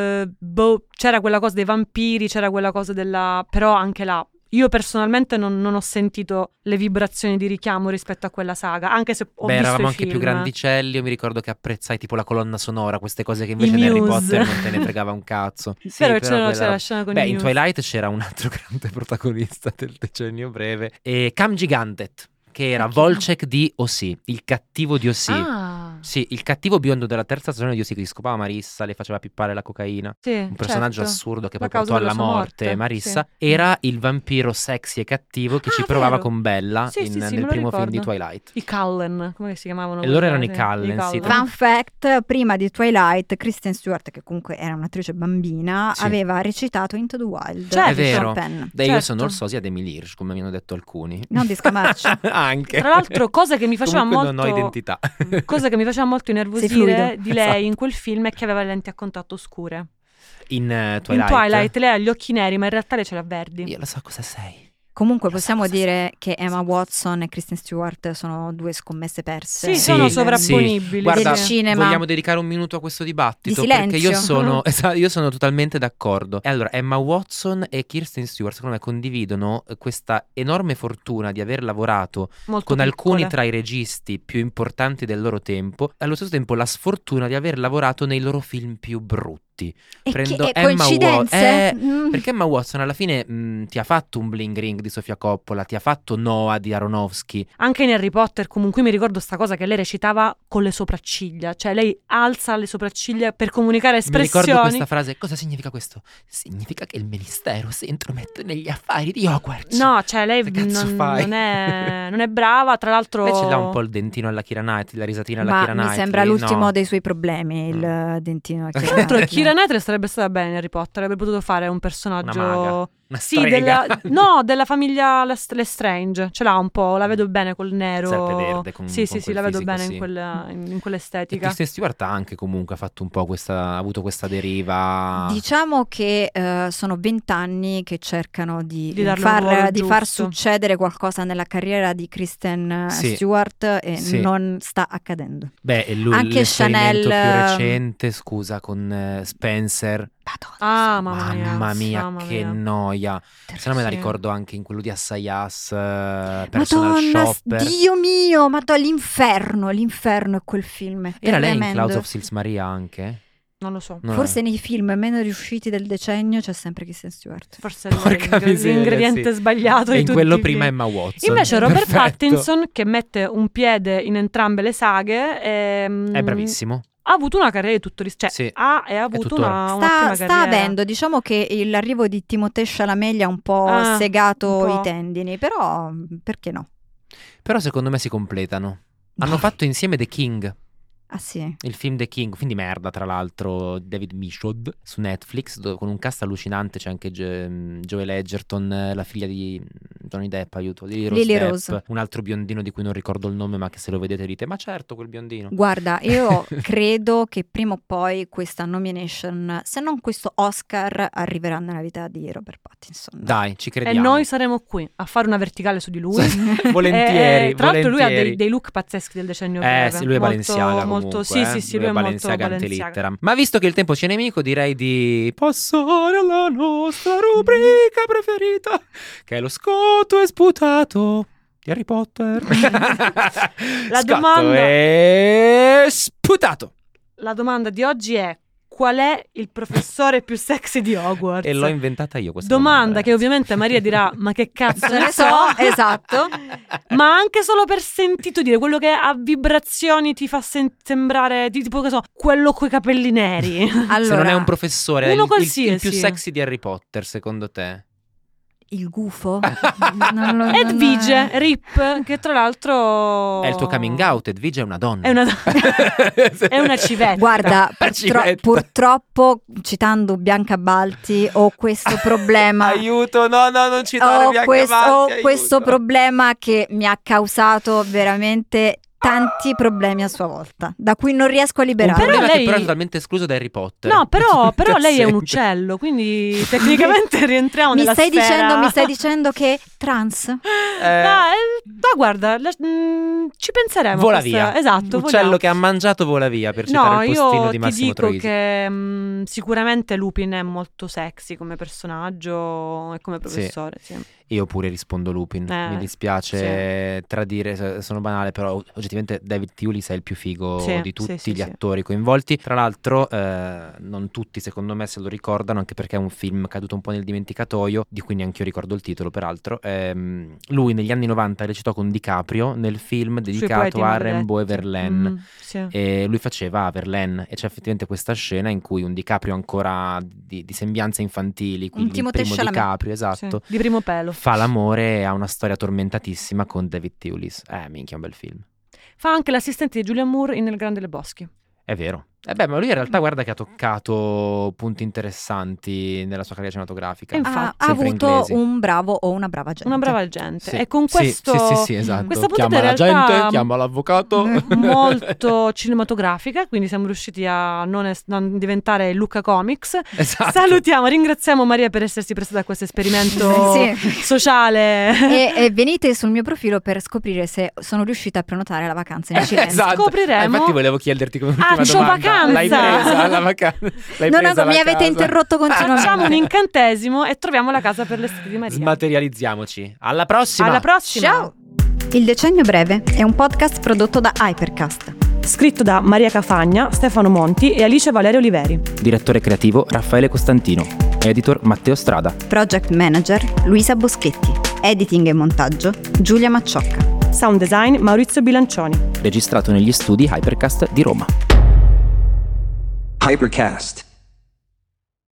c'era quella cosa dei vampiri, c'era quella cosa della... Però anche là, io personalmente non ho sentito le vibrazioni di richiamo rispetto a quella saga, anche se ho visto eravamo i anche film. più grandicelli. Io mi ricordo che apprezzai tipo la colonna sonora, queste cose che invece I in Harry Muse. Potter non te ne fregava un cazzo. Spero che però c'era la scena con i in Muse. Twilight c'era un altro grande protagonista del decennio breve, e Cam Gigantet, che era Volchek di O.C., il cattivo di O.C. Sì, il cattivo biondo della terza stagione di O.C., che scopava Marissa, le faceva pippare la cocaina. Sì, Un personaggio certo. assurdo che La poi portò causa della alla sua morte Marissa. sì. Era il vampiro sexy e cattivo che ci provava vero. con Bella Sì, sì, nel me lo primo film di ricordo. Twilight. I Cullen, come si chiamavano? E loro quelli? erano i Cullen, sì. Fun fact, prima di Twilight, Kristen Stewart, che comunque era un'attrice bambina, Sì. aveva recitato Into the Wild. Certo. È vero. Sean Penn. Io Certo. sono il sosia di Emily Hirsch, come mi hanno detto alcuni. Non di Scamarcio. Anche. Tra l'altro, cosa che mi faceva Comunque molto... non ho identità. Cosa che mi faceva molto Sei innervosire fluido. di lei Esatto. in quel film è che aveva le lenti a contatto scure. In Twilight. In Twilight lei ha gli occhi neri, ma in realtà lei ce l'ha verdi. Io lo so cosa sei. Comunque possiamo dire che Emma Watson e Kristen Stewart sono 2 scommesse perse. Sì, sono Nel- sovrapponibili. Guarda, del cinema. vogliamo dedicare un minuto a questo dibattito? Di Perché io silenzio. io sono totalmente d'accordo. E allora, Emma Watson e Kirsten Stewart secondo me condividono questa enorme fortuna di aver lavorato Molto con alcuni piccole. tra i registi più importanti del loro tempo, allo stesso tempo la sfortuna di aver lavorato nei loro film più brutti. E Prendo che Emma coincidenze? perché Emma Watson alla fine ti ha fatto un Bling Ring di Sofia Coppola, ti ha fatto Noah di Aronofsky. Anche in Harry Potter comunque mi ricordo sta cosa che lei recitava con le sopracciglia. Cioè lei alza le sopracciglia per comunicare Mi espressioni. ricordo questa frase. Cosa significa questo? Significa che il ministero si intromette negli affari di Hogwarts. No, cioè lei Che cazzo fai? non è brava. Tra l'altro Invece dà un po' il dentino alla Keira Knightley, la risatina alla Ma Keira mi Knightley. sembra l'ultimo no. dei suoi problemi, il dentino a Tra l'altro Keira Keira Knightley sarebbe stata bene in Harry Potter, avrebbe potuto fare un personaggio... Una maga. Una Sì, strega. della famiglia Lestrange. Ce l'ha un po', la vedo bene col nero. Serpeverde con- sì, con sì, quel la vedo fisico, bene sì. in E quell'estetica. Kristen Stewart ha anche comunque fatto un po' ha avuto questa deriva. Diciamo che sono 20 anni che cercano di darle un ruolo di far giusto. succedere qualcosa nella carriera di Kristen Sì. Stewart e Sì. non sta accadendo. Beh, e Anche l'esperimento Chanel, più recente, scusa, con Spencer. Ah, mamma mia, mamma che mia. noia. Se no me la Sì. ricordo anche in quello di Assayas, Personal Madonna, Shopper. Dio mio, madonna, l'inferno è quel film. È Era lei in tremendo. Clouds of Sils Maria anche? Non lo so. No. Forse nei film meno riusciti del decennio c'è sempre Kristen Stewart. Forse Porca miseria, l'ingrediente sì. sbagliato E di in tutti quello i prima film. Emma Watson. Invece Robert Perfetto. Pattinson, che mette un piede in entrambe le saghe, È bravissimo. ha avuto una carriera di tutto rispetto. Sì. Ha avuto tuttora. un'ottima Sta carriera. avendo, diciamo che l'arrivo di Timothée Chalamet gli ha un po' segato un po'. i tendini, però perché no? Però secondo me si completano. Hanno fatto insieme The King. Ah sì. Il film The King, film di merda tra l'altro, David Michôd su Netflix, con un cast allucinante. C'è anche Joel Edgerton, la figlia di Johnny Depp, aiuto, di Lily Depp, Rose. un altro biondino di cui non ricordo il nome, ma che se lo vedete dite ma certo quel biondino. Guarda, io credo che prima o poi questa nomination, se non questo Oscar, arriverà nella vita di Robert Pattinson. Dai, ci E crediamo. noi saremo qui a fare una verticale su di lui. Volentieri. Tra l'altro lui ha volentieri. dei look pazzeschi del decennio breve. Sì, lui è Balenciaga molto, comunque, sì, lui è Balenciaga molto antelitteram. Ma visto che il tempo ci è nemico, direi di passare alla nostra rubrica preferita, che è lo scotto e sputato di Harry Potter. La Scotto domanda- e sputato. La domanda di oggi è: qual è il professore più sexy di Hogwarts? E l'ho inventata io questa Domanda che ragazzi. ovviamente Maria dirà: ma che cazzo Ne ne so, so? esatto. Ma anche solo per sentito dire, quello che a vibrazioni ti fa sembrare tipo che so, quello coi capelli neri. Allora, Se non è un professore, è Uno il qualsiasi. più sexy di Harry Potter, secondo te? il gufo? Edvige Rip, che tra l'altro È il tuo coming out, Edvige è una donna. È una, è una civetta. Guarda, Civetta. purtroppo, citando Bianca Balti, ho questo problema. Aiuto, no, non citare Ho Bianca questo, Balti, ho questo aiuto. problema che mi ha causato veramente tanti problemi a sua volta, da cui non riesco a Un liberarmi. Però problema lei- che però è totalmente escluso da Harry Potter. No, però Che lei è un senso? uccello, quindi tecnicamente rientriamo Mi nella stai sfera. dicendo che trans? Ma guarda, ci penseremo. Vola questa- via. Esatto, L'uccello vogliamo. che ha mangiato vola via, per citare No, il postino io di ti Massimo dico Troisi. che sicuramente Lupin è molto sexy come personaggio e come professore. Sì. Io pure rispondo Lupin. Mi dispiace tradire, sono banale, però oggettivamente David Thewlis è il più figo Sì, di tutti sì, gli sì. attori coinvolti. Tra l'altro non tutti secondo me se lo ricordano, anche perché è un film caduto un po' nel dimenticatoio, di cui neanche io ricordo il titolo peraltro. Lui negli anni 90 recitò con DiCaprio nel film dedicato poeti a maledetti. Rimbaud e Verlaine. Sì. E lui faceva Verlaine e c'è effettivamente questa scena in cui un DiCaprio ancora di sembianze infantili, quindi il Timothée primo Chalamet. DiCaprio, esatto, Sì, di primo pelo. fa l'amore e ha una storia tormentatissima con David Thewlis. Minchia, un bel film. Fa anche l'assistente di Julian Moore in Il Grande dei Boschi. È vero. Ma lui in realtà guarda che ha toccato punti interessanti nella sua carriera cinematografica. E Ha infatti, avuto inglesi. un bravo o una brava gente. una brava gente. Sì. E con Sì, questo sì, esatto. questa puntata Chiama in la realtà gente, chiama l'avvocato. molto cinematografica, quindi siamo riusciti a non diventare Lucca Comics. Esatto. Salutiamo, ringraziamo Maria per essersi prestata a questo esperimento Sì. sociale. E venite sul mio profilo per scoprire se sono riuscita a prenotare la vacanza in Cilento. Esatto. Scopriremo. Infatti volevo chiederti come ultima c'ho domanda. vacanza! L'hai presa la vacanza? Mi avete interrotto continuamente. Facciamo un incantesimo e troviamo la casa per l'estate di Maria. Smaterializziamoci. Alla prossima. Alla prossima. Ciao! Il Decennio Breve è un podcast prodotto da Hypercast. Scritto da Maria Cafagna, Stefano Monti e Alice Valeria Oliveri. Direttore creativo Raffaele Costantino. Editor Matteo Strada. Project Manager Luisa Boschetti. Editing e montaggio Giulia Macciocca. Sound design Maurizio Bilancioni. Registrato negli studi Hypercast di Roma. Hypercast.